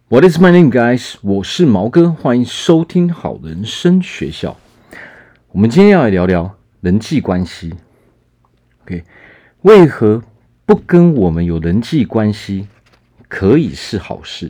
What is my name, guys？ 我是毛哥，欢迎收听好人生学校。我们今天要来聊聊人际关系。OK， 为何不跟我们有人际关系可以是好事？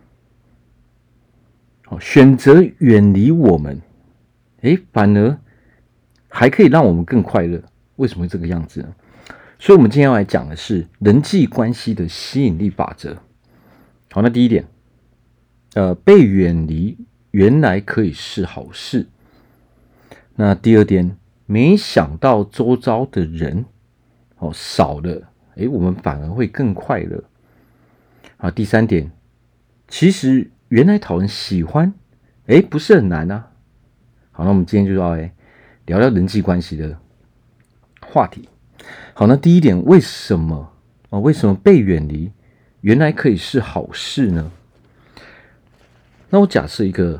选择远离我们，反而还可以让我们更快乐。为什么会这个样子呢？所以我们今天要来讲的是人际关系的吸引力法则。好，那第一点，被远离原来可以是好事。那第二点，没想到周遭的人少了，我们反而会更快乐。好，第三点，其实原来讨人喜欢，不是很难啊。好，那我们今天就要来聊聊人际关系的话题。好，那第一点，为什么被远离原来可以是好事呢？那我假设一个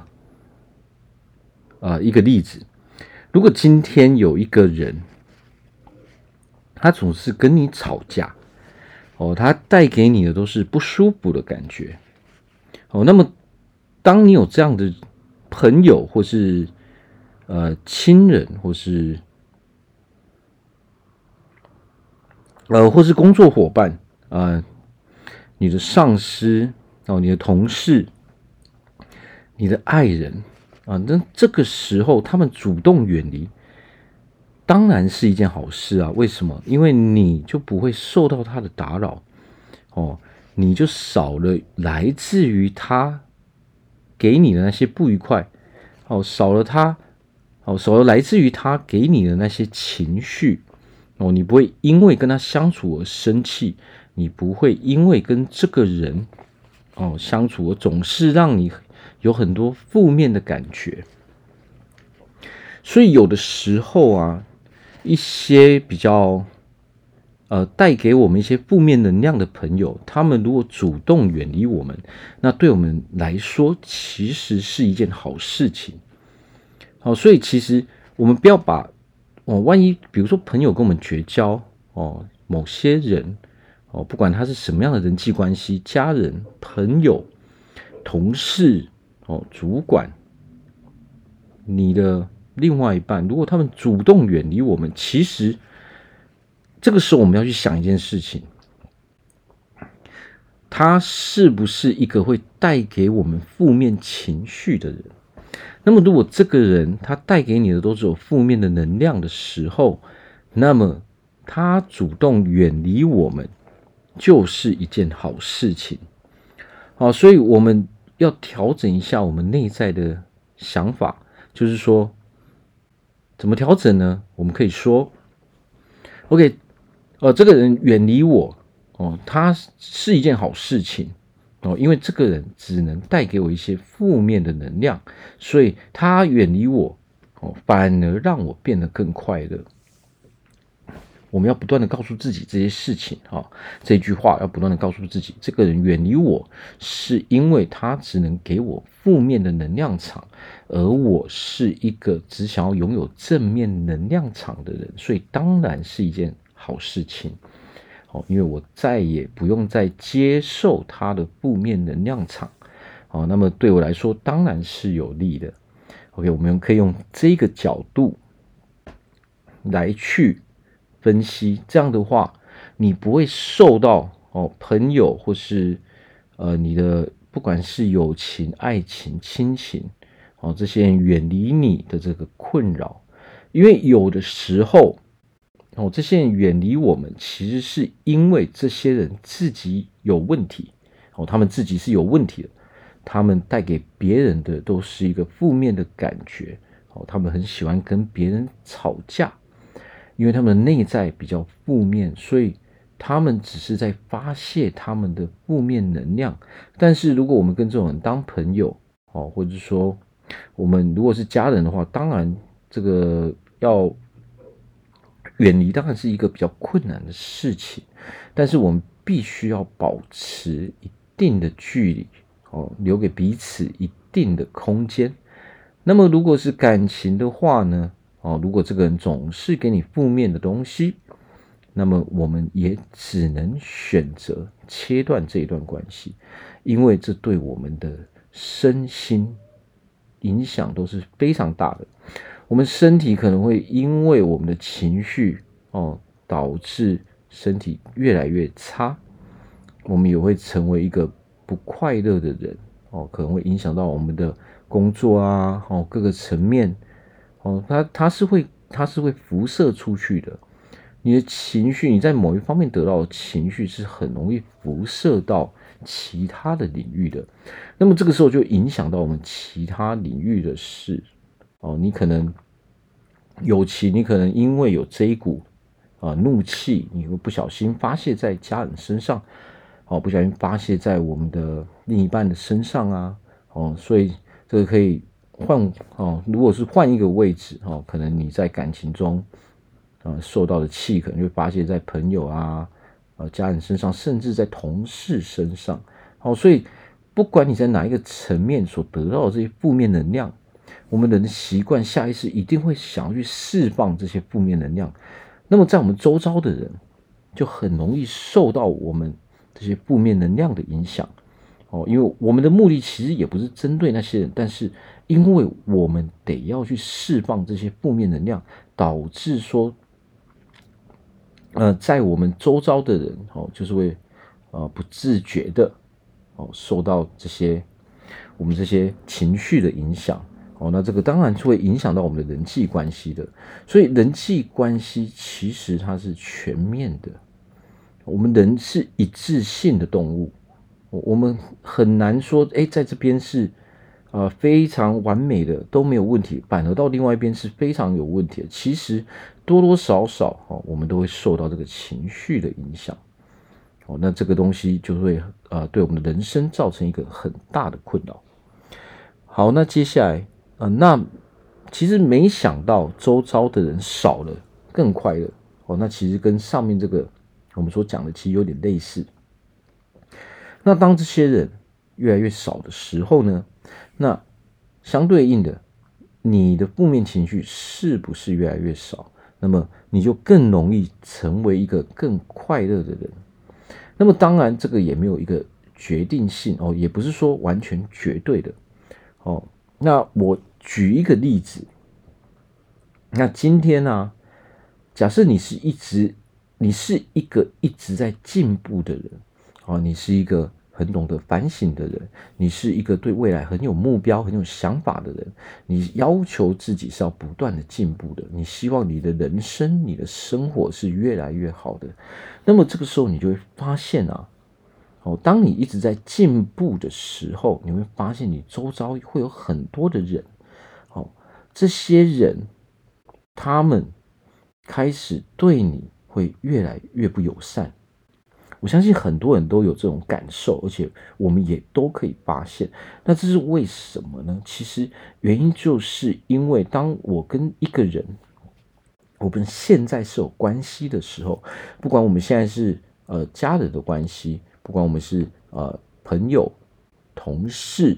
例子，如果今天有一个人，他总是跟你吵架，他带给你的都是不舒服的感觉，那么当你有这样的朋友或是亲人或是工作伙伴你的上司你的同事，你的爱人那这个时候他们主动远离，当然是一件好事啊。为什么？因为你就不会受到他的打扰你就少了来自于他给你的那些不愉快少了来自于他给你的那些情绪你不会因为跟他相处而生气，你不会因为跟这个人相处而总是让你有很多负面的感觉。所以有的时候一些比较带给我们一些负面能量的朋友，他们如果主动远离我们，那对我们来说其实是一件好事情。所以其实我们不要把万一比如说朋友跟我们绝交某些人不管他是什么样的人际关系，家人、朋友、同事主管，你的另外一半，如果他们主动远离我们，其实这个时候我们要去想一件事情，他是不是一个会带给我们负面情绪的人？那么如果这个人他带给你的都是有负面的能量的时候，那么他主动远离我们就是一件好事情。所以我们要调整一下我们内在的想法，就是说怎么调整呢？我们可以说 OK， 这个人远离我他是一件好事情因为这个人只能带给我一些负面的能量，所以他远离我反而让我变得更快乐。我们要不断的告诉自己这些事情这句话要不断的告诉自己，这个人远离我是因为他只能给我负面的能量场，而我是一个只想要拥有正面能量场的人，所以当然是一件好事情因为我再也不用再接受他的负面能量场那么对我来说当然是有利的。 OK， 我们可以用这个角度来去分析，这样的话你不会受到朋友或是你的不管是友情、爱情、亲情这些人远离你的这个困扰。因为有的时候这些人远离我们，其实是因为这些人自己有问题他们自己是有问题的，他们带给别人的都是一个负面的感觉他们很喜欢跟别人吵架，因为他们的内在比较负面，所以他们只是在发泄他们的负面能量。但是如果我们跟这种人当朋友或者说我们如果是家人的话，当然这个要远离当然是一个比较困难的事情，但是我们必须要保持一定的距离留给彼此一定的空间。那么如果是感情的话呢如果这个人总是给你负面的东西，那么我们也只能选择切断这一段关系，因为这对我们的身心影响都是非常大的。我们身体可能会因为我们的情绪导致身体越来越差，我们也会成为一个不快乐的人可能会影响到我们的工作啊各个层面它是会辐射出去的。你的情绪，你在某一方面得到的情绪是很容易辐射到其他的领域的，那么这个时候就影响到我们其他领域的事你可能友情，你可能因为有这一股怒气，你会不小心发泄在家人身上不小心发泄在我们的另一半的身上啊所以这个可以换如果是换一个位置可能你在感情中受到的气可能会发泄在朋友啊家人身上，甚至在同事身上所以不管你在哪一个层面所得到的这些负面能量，我们人的习惯下意识一定会想要去释放这些负面能量，那么在我们周遭的人就很容易受到我们这些负面能量的影响因为我们的目的其实也不是针对那些人，但是因为我们得要去释放这些负面能量，导致说在我们周遭的人就是会不自觉的受到我们这些情绪的影响那这个当然就会影响到我们的人际关系的。所以人际关系其实它是全面的，我们人是一致性的动物，我们很难说在这边是非常完美的都没有问题，反而到另外一边是非常有问题的。其实多多少少我们都会受到这个情绪的影响那这个东西就会对我们的人生造成一个很大的困扰。好，那接下来那其实没想到周遭的人少了更快乐那其实跟上面这个我们所讲的其实有点类似。那当这些人越来越少的时候呢，那相对应的你的负面情绪是不是越来越少，那么你就更容易成为一个更快乐的人。那么当然这个也没有一个决定性也不是说完全绝对的那我举一个例子，那今天假设你是一个一直在进步的人你是一个很懂得反省的人，你是一个对未来很有目标很有想法的人，你要求自己是要不断的进步的，你希望你的人生你的生活是越来越好的，那么这个时候你就会发现当你一直在进步的时候，你会发现你周遭会有很多的人这些人他们开始对你会越来越不友善。我相信很多人都有这种感受，而且我们也都可以发现。那这是为什么呢？其实原因就是因为当我跟一个人我们现在是有关系的时候，不管我们现在是家人的关系，不管我们是朋友、同事、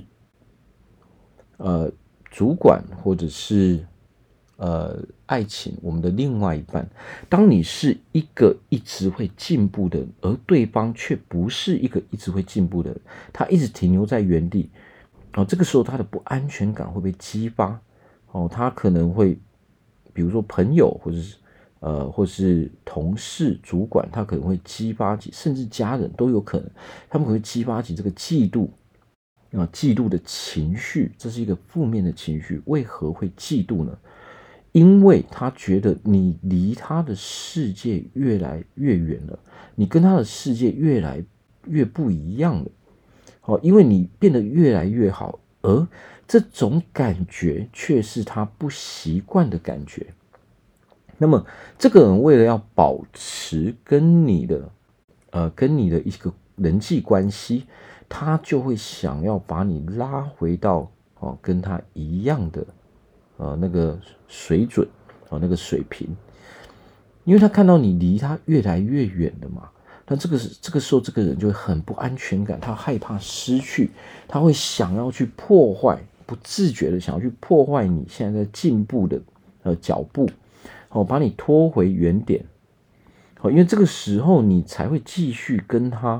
主管，或者是爱情，我们的另外一半，当你是一个一直会进步的人，而对方却不是一个一直会进步的人，他一直停留在原地这个时候他的不安全感会被激发他可能会比如说朋友或是同事主管，他可能会激发起，甚至家人都有可能，他们会激发起这个嫉妒的情绪，这是一个负面的情绪。为何会嫉妒呢？因为他觉得你离他的世界越来越远了，你跟他的世界越来越不一样了因为你变得越来越好，而这种感觉却是他不习惯的感觉。那么这个人为了要保持跟你的一个人际关系，他就会想要把你拉回到跟他一样的那个水准那个水平，因为他看到你离他越来越远了嘛。那这个时候这个人就会很不安全感，他害怕失去，他会想要去破坏，不自觉的想要去破坏你现在在进步的脚步把你拖回原点因为这个时候你才会继续跟他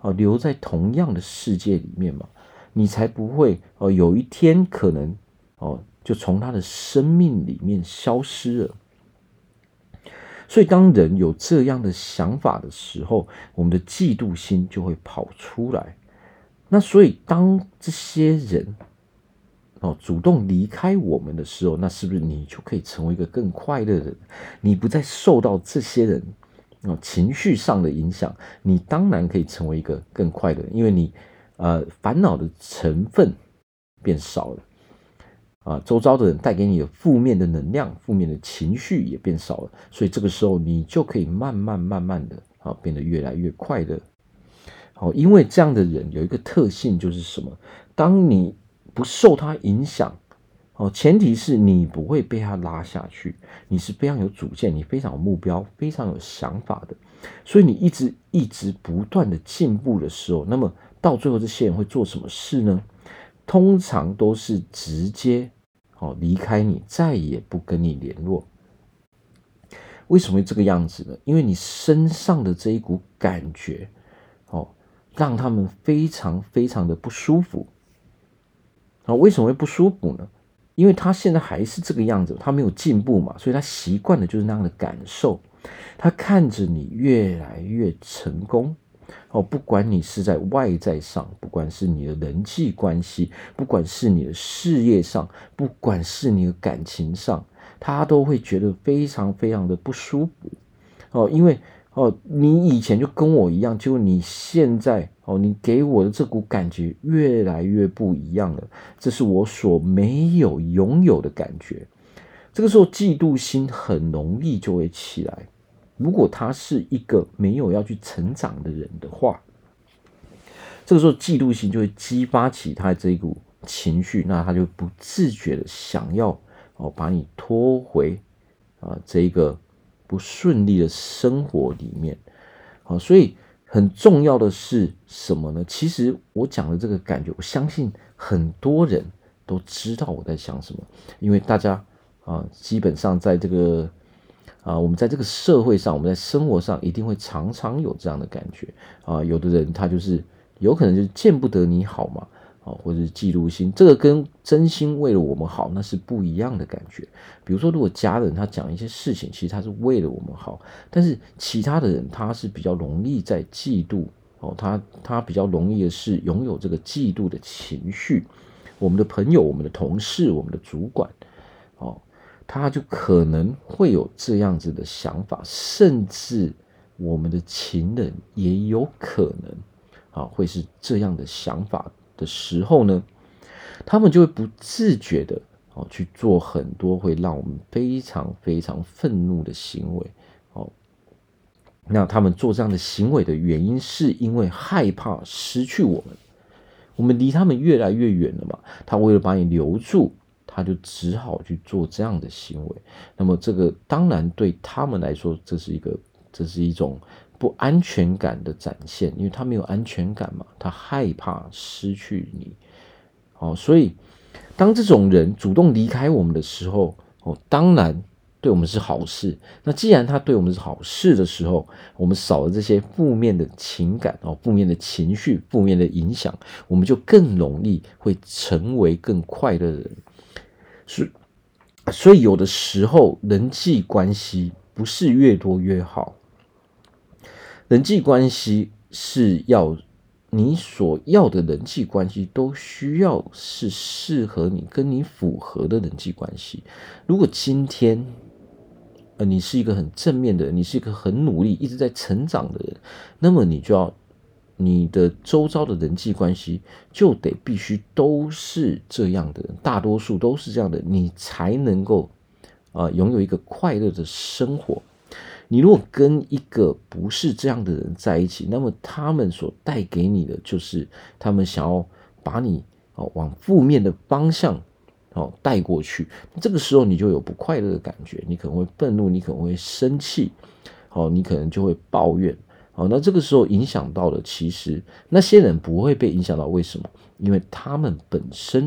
留在同样的世界里面嘛，你才不会有一天可能就从他的生命里面消失了。所以当人有这样的想法的时候，我们的嫉妒心就会跑出来。那所以当这些人主动离开我们的时候，那是不是你就可以成为一个更快乐的人？你不再受到这些人情绪上的影响，你当然可以成为一个更快乐的人，因为你烦恼的成分变少了。周遭的人带给你的负面的能量、负面的情绪也变少了，所以这个时候你就可以慢慢的变得越来越快乐。因为这样的人有一个特性就是什么？当你不受他影响，前提是你不会被他拉下去，你是非常有主见，你非常有目标，非常有想法的，所以你一直不断的进步的时候，那么到最后这些人会做什么事呢？通常都是直接离开你，再也不跟你联络。为什么会这个样子呢？因为你身上的这一股感觉让他们非常非常的不舒服。为什么会不舒服呢？因为他现在还是这个样子，他没有进步嘛，所以他习惯的就是那样的感受。他看着你越来越成功不管你是在外在上，不管是你的人际关系，不管是你的事业上，不管是你的感情上，他都会觉得非常非常的不舒服因为你以前就跟我一样，结果你现在你给我的这股感觉越来越不一样了，这是我所没有拥有的感觉。这个时候嫉妒心很容易就会起来。如果他是一个没有要去成长的人的话，这个时候嫉妒心就会激发起他的这一股情绪，那他就不自觉的想要把你拖回这一个不顺利的生活里面。所以很重要的是什么呢？其实我讲的这个感觉，我相信很多人都知道我在想什么，因为大家基本上在这个我们在这个社会上，我们在生活上一定会常常有这样的感觉有的人他就是有可能就是见不得你好嘛或者是嫉妒心，这个跟真心为了我们好那是不一样的感觉。比如说如果家人他讲一些事情，其实他是为了我们好，但是其他的人他是比较容易在嫉妒他比较容易的是拥有这个嫉妒的情绪。我们的朋友、我们的同事、我们的主管他就可能会有这样子的想法，甚至我们的情人也有可能会是这样的想法的时候呢，他们就会不自觉的去做很多会让我们非常非常愤怒的行为那他们做这样的行为的原因是因为害怕失去我们离他们越来越远了嘛，他为了把你留住，他就只好去做这样的行为。那么这个当然对他们来说，这是一种不安全感的展现，因为他没有安全感嘛，他害怕失去你所以当这种人主动离开我们的时候当然对我们是好事。那既然他对我们是好事的时候，我们少了这些负面的情感负面的情绪、负面的影响，我们就更容易会成为更快乐的人。所以有的时候人际关系不是越多越好，人际关系是你所要的人际关系都需要是适合你、跟你符合的人际关系。如果今天你是一个很正面的人，你是一个很努力一直在成长的人，那么你的周遭的人际关系就得必须都是这样的人，大多数都是这样的，你才能够拥有一个快乐的生活。你如果跟一个不是这样的人在一起，那么他们所带给你的就是他们想要把你往负面的方向带过去。这个时候你就有不快乐的感觉，你可能会愤怒，你可能会生气你可能就会抱怨那这个时候影响到了，其实那些人不会被影响到，为什么？因为他们本身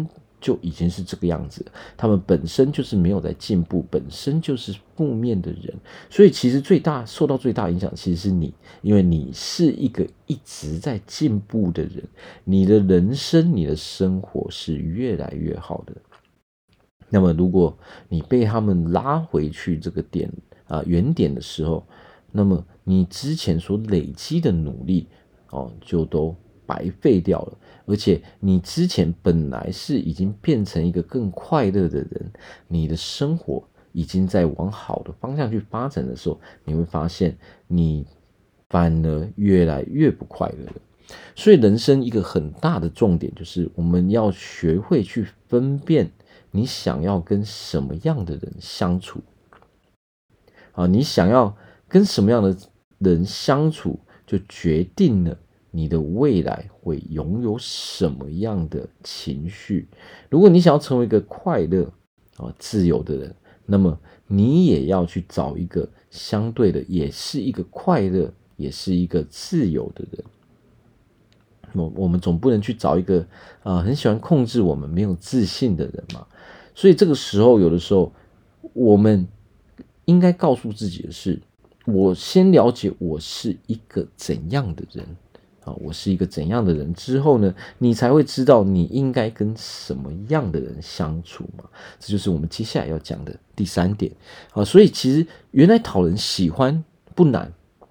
就已经是这个样子了，他们本身就是没有在进步，本身就是负面的人，所以其实受到最大影响其实是你，因为你是一个一直在进步的人，你的人生、你的生活是越来越好的。那么如果你被他们拉回去这个原点的时候，那么你之前所累积的努力就都白费掉了，而且你之前本来是已经变成一个更快乐的人，你的生活已经在往好的方向去发展的时候，你会发现你反而越来越不快乐了。所以人生一个很大的重点就是我们要学会去分辨你想要跟什么样的人相处你想要跟什么样的人相处，就决定了你的未来会拥有什么样的情绪。如果你想要成为一个快乐自由的人，那么你也要去找一个相对的也是一个快乐也是一个自由的人。我们总不能去找一个很喜欢控制我们没有自信的人嘛。所以这个时候有的时候我们应该告诉自己的是，我先了解我是一个怎样的人我是一个怎样的人之后呢，你才会知道你应该跟什么样的人相处嘛。这就是我们接下来要讲的第3点所以其实原来讨人喜欢不难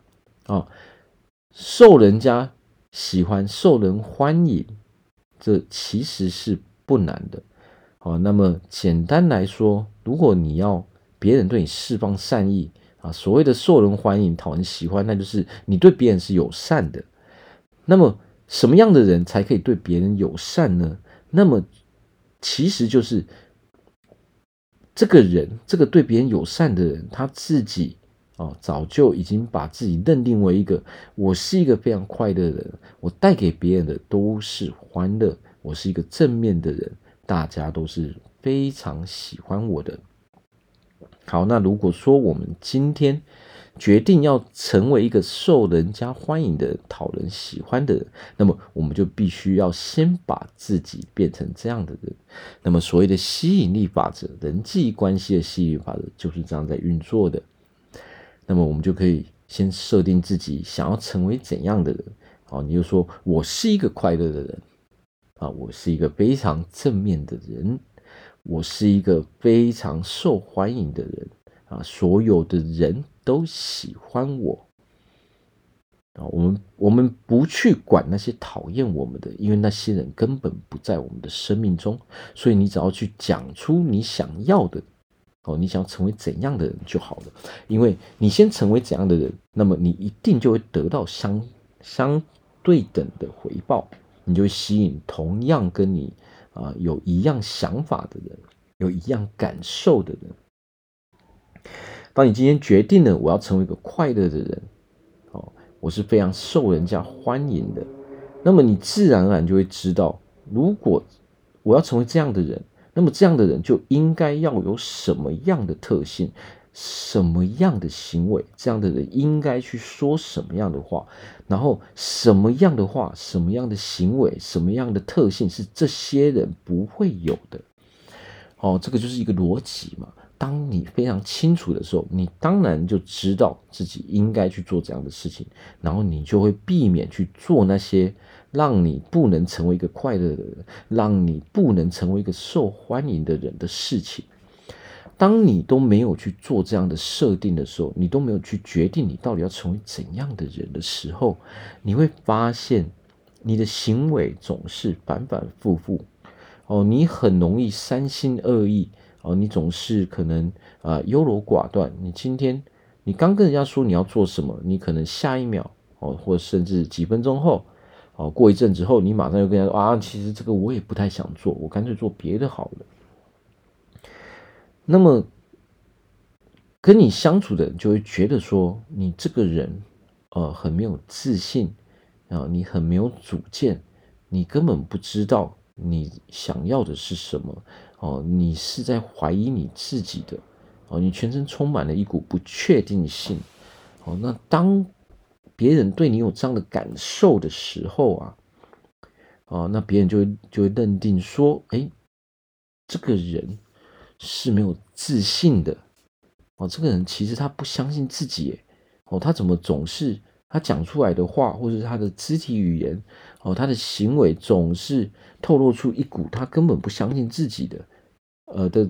受人家喜欢、受人欢迎，这其实是不难的那么简单来说，如果你要别人对你释放善意所谓的受人欢迎、讨人喜欢，那就是你对别人是友善的。那么什么样的人才可以对别人友善呢？那么其实就是这个对别人友善的人，他自己早就已经把自己认定为我是一个非常快乐的人，我带给别人的都是欢乐，我是一个正面的人，大家都是非常喜欢我的。好，那如果说我们今天决定要成为一个受人家欢迎的人、讨人喜欢的人，那么我们就必须要先把自己变成这样的人。那么所谓的吸引力法则，人际关系的吸引力法则就是这样在运作的。那么我们就可以先设定自己想要成为怎样的人你就说我是一个快乐的人我是一个非常正面的人，我是一个非常受欢迎的人所有的人都喜欢我我们不去管那些讨厌我们的，因为那些人根本不在我们的生命中，所以你只要去讲出你想要的你想要成为怎样的人就好了。因为你先成为怎样的人，那么你一定就会得到相对等的回报，你就会吸引同样跟你有一样想法的人，有一样感受的人。当你今天决定了我要成为一个快乐的人我是非常受人家欢迎的，那么你自然而然就会知道，如果我要成为这样的人，那么这样的人就应该要有什么样的特性，什么样的行为，这样的人应该去说什么样的话，然后什么样的话，什么样的行为，什么样的特性是这些人不会有的这个就是一个逻辑嘛。当你非常清楚的时候，你当然就知道自己应该去做怎样的事情，然后你就会避免去做那些让你不能成为一个快乐的人，让你不能成为一个受欢迎的人的事情。当你都没有去做这样的设定的时候，你都没有去决定你到底要成为怎样的人的时候，你会发现你的行为总是反反复复你很容易三心二意你总是可能优柔寡断。你今天你刚跟人家说你要做什么，你可能下一秒或甚至几分钟后过一阵子后，你马上就跟人家说其实这个我也不太想做，我干脆做别的好了。那么跟你相处的人就会觉得说你这个人很没有自信你很没有主见，你根本不知道你想要的是什么你是在怀疑你自己的你全身充满了一股不确定性那当别人对你有这样的感受的时候那别人就会认定说这个人是没有自信的这个人其实他不相信自己他怎么总是他讲出来的话，或者是他的肢体语言他的行为总是透露出一股他根本不相信自己的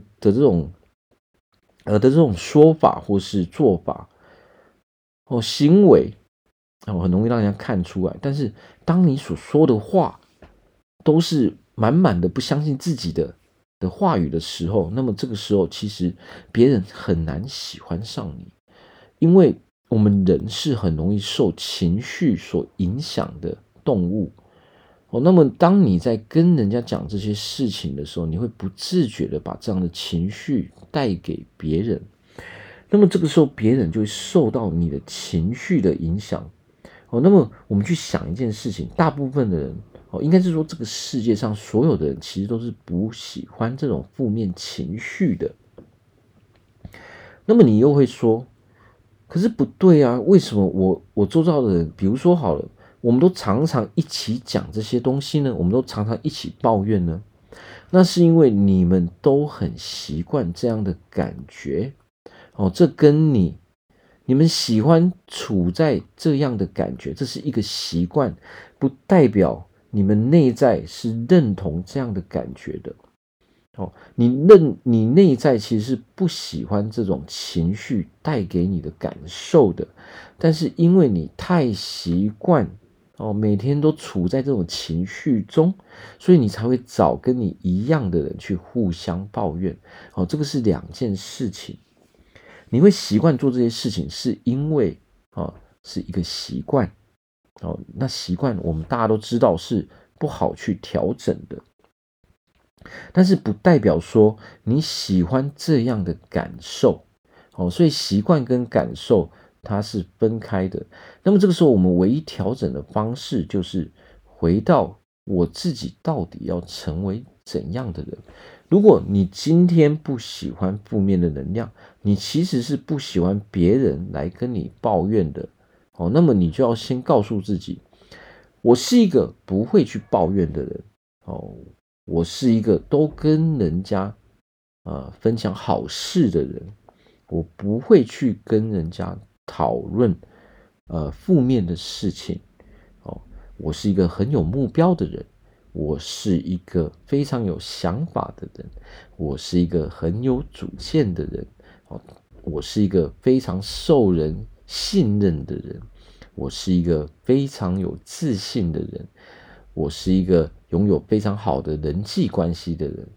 这种说法或是做法行为很容易让人家看出来。但是当你所说的话都是满满的不相信自己的话语的时候，那么这个时候其实别人很难喜欢上你，因为我们人是很容易受情绪所影响的动物那么当你在跟人家讲这些事情的时候，你会不自觉的把这样的情绪带给别人，那么这个时候别人就会受到你的情绪的影响那么我们去想一件事情，大部分的人应该是说这个世界上所有的人其实都是不喜欢这种负面情绪的。那么你又会说，可是不对啊，为什么我周遭的人，比如说好了，我们都常常一起讲这些东西呢？我们都常常一起抱怨呢？那是因为你们都很习惯这样的感觉这跟你们喜欢处在这样的感觉，这是一个习惯，不代表你们内在是认同这样的感觉的你内在其实是不喜欢这种情绪带给你的感受的，但是因为你太习惯每天都处在这种情绪中，所以你才会找跟你一样的人去互相抱怨这个是两件事情。你会习惯做这些事情，是因为是一个习惯那习惯我们大家都知道是不好去调整的。但是不代表说你喜欢这样的感受所以习惯跟感受它是分开的。那么这个时候我们唯一调整的方式就是回到我自己到底要成为怎样的人。如果你今天不喜欢负面的能量，你其实是不喜欢别人来跟你抱怨的那么你就要先告诉自己，我是一个不会去抱怨的人我是一个都跟人家分享好事的人，我不会去跟人家讨论负面的事情我是一个很有目标的人，我是一个非常有想法的人，我是一个很有主见的人我是一个非常受人信任的人，我是一个非常有自信的人，我是一个拥有非常好的人际关系的人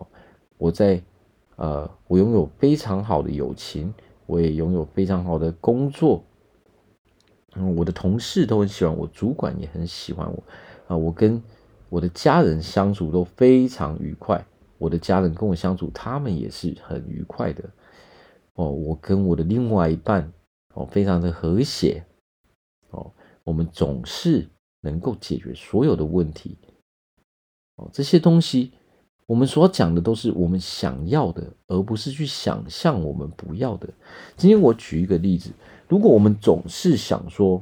我拥有非常好的友情，我也拥有非常好的工作我的同事都很喜欢我，主管也很喜欢我我跟我的家人相处都非常愉快，我的家人跟我相处他们也是很愉快的我跟我的另外一半非常的和谐我们总是能够解决所有的问题这些东西我们所讲的都是我们想要的，而不是去想象我们不要的。今天我举一个例子，如果我们总是想说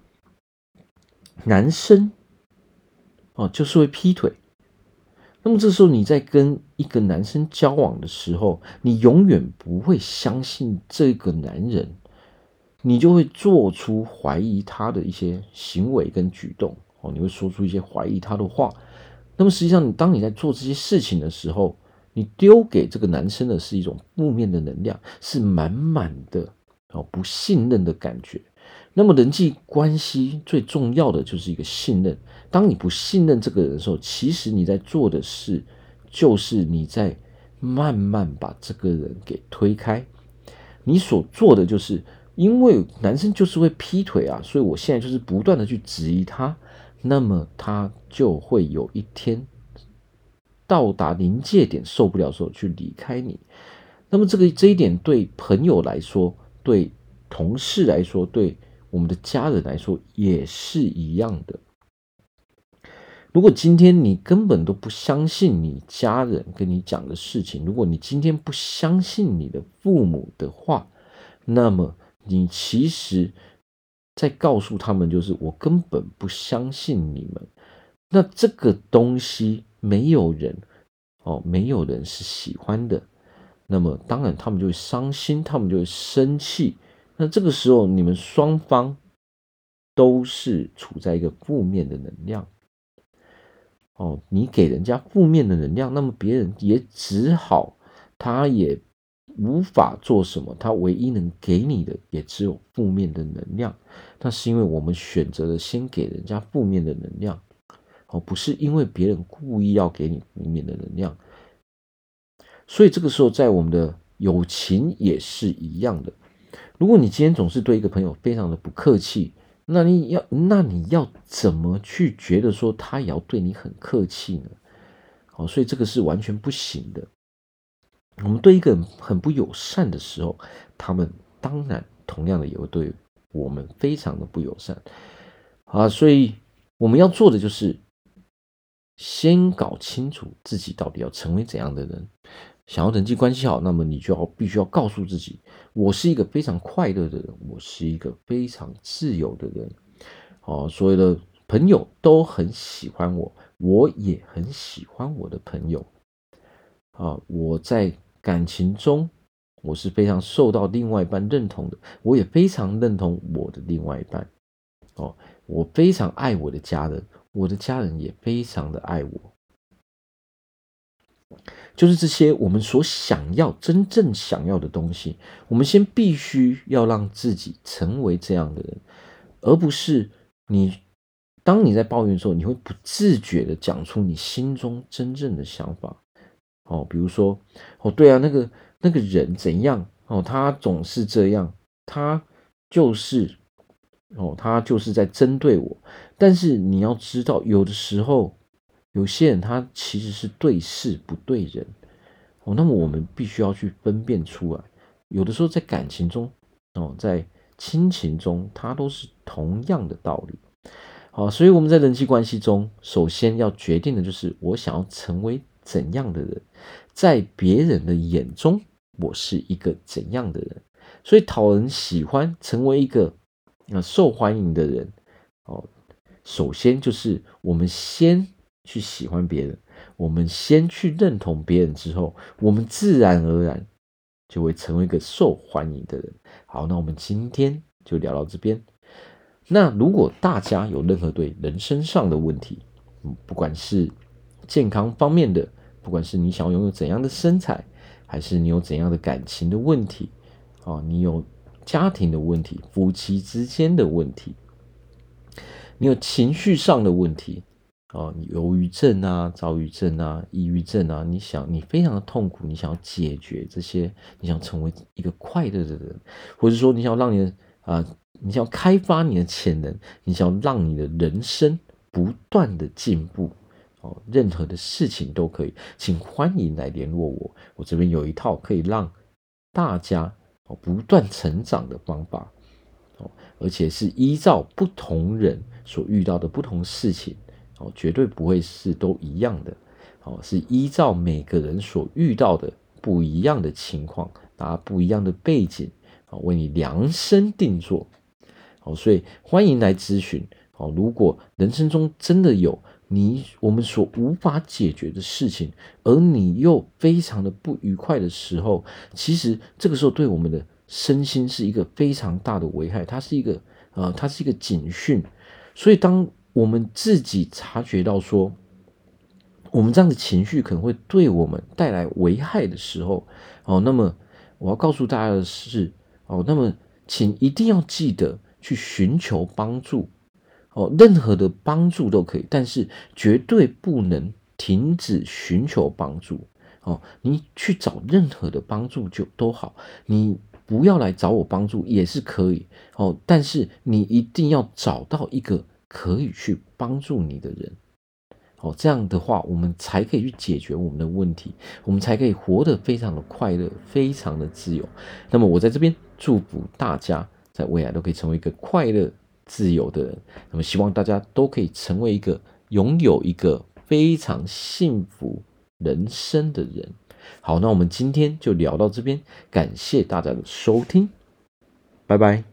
男生就是会劈腿，那么这时候你在跟一个男生交往的时候，你永远不会相信这个男人，你就会做出怀疑他的一些行为跟举动你会说出一些怀疑他的话。那么实际上当你在做这些事情的时候，你丢给这个男生的是一种负面的能量，是满满的不信任的感觉。那么人际关系最重要的就是一个信任，当你不信任这个人的时候，其实你在做的事就是你在慢慢把这个人给推开。你所做的就是因为男生就是会劈腿所以我现在就是不断的去质疑他，那么他就会有一天到达临界点受不了的时候去离开你。那么这一点对朋友来说，对同事来说，对我们的家人来说也是一样的。如果今天你根本都不相信你家人跟你讲的事情，如果你今天不相信你的父母的话，那么你其实在告诉他们就是我根本不相信你们。那这个东西没有人没有人是喜欢的，那么当然他们就会伤心，他们就会生气。那这个时候你们双方都是处在一个负面的能量。你给人家负面的能量，那么别人也只好，他也无法做什么，他唯一能给你的也只有负面的能量。那是因为我们选择了先给人家负面的能量，不是因为别人故意要给你负面的能量。所以这个时候在我们的友情也是一样的，如果你今天总是对一个朋友非常的不客气，那你要怎么去觉得说他也要对你很客气呢？所以这个是完全不行的。我们对一个人很不友善的时候，他们当然同样的也会对我们非常的不友善。所以我们要做的就是先搞清楚自己到底要成为怎样的人。想要人际关系好，那么你就必须要告诉自己，我是一个非常快乐的人，我是一个非常自由的人。所有的朋友都很喜欢我，我也很喜欢我的朋友。我在感情中，我是非常受到另外一半认同的，我也非常认同我的另外一半。我非常爱我的家人，我的家人也非常的爱我。就是这些我们所真正想要的东西，我们先必须要让自己成为这样的人，而不是当你在抱怨的时候，你会不自觉的讲出你心中真正的想法。比如说，对啊，那个人怎样，他总是这样，他就是在针对我。但是你要知道，有的时候有些人他其实是对事不对人。那么我们必须要去分辨出来，有的时候在感情中，在亲情中，它都是同样的道理。所以我们在人际关系中，首先要决定的就是我想要成为怎样的人，在别人的眼中，我是一个怎样的人。所以讨人喜欢，成为一个受欢迎的人，首先就是我们先去喜欢别人，我们先去认同别人之后，我们自然而然就会成为一个受欢迎的人。好，那我们今天就聊到这边。那如果大家有任何对人生上的问题，不管是健康方面的，不管是你想要拥有怎样的身材，还是你有怎样的感情的问题，你有家庭的问题，夫妻之间的问题，你有情绪上的问题，你忧郁症啊、躁郁症啊、抑郁症啊，你非常的痛苦，你想要解决这些，你想成为一个快乐的人，或者说你想要让你想要开发你的潜能，你想要让你的人生不断的进步，任何的事情都可以，请欢迎来联络我，我这边有一套可以让大家不断成长的方法，而且是依照不同人所遇到的不同事情，绝对不会是都一样的，是依照每个人所遇到的不一样的情况，拿不一样的背景，为你量身定做。所以欢迎来咨询。如果人生中真的有我们所无法解决的事情，而你又非常的不愉快的时候，其实这个时候对我们的身心是一个非常大的危害，它是一个警讯。所以当我们自己察觉到说，我们这样的情绪可能会对我们带来危害的时候，那么我要告诉大家的是，那么请一定要记得去寻求帮助。任何的帮助都可以，但是绝对不能停止寻求帮助。你去找任何的帮助就都好，你不要来找我帮助也是可以。但是你一定要找到一个可以去帮助你的人。这样的话，我们才可以去解决我们的问题，我们才可以活得非常的快乐，非常的自由。那么我在这边祝福大家，在未来都可以成为一个快乐自由的人。那么希望大家都可以成为拥有一个非常幸福人生的人。好，那我们今天就聊到这边，感谢大家的收听，拜拜。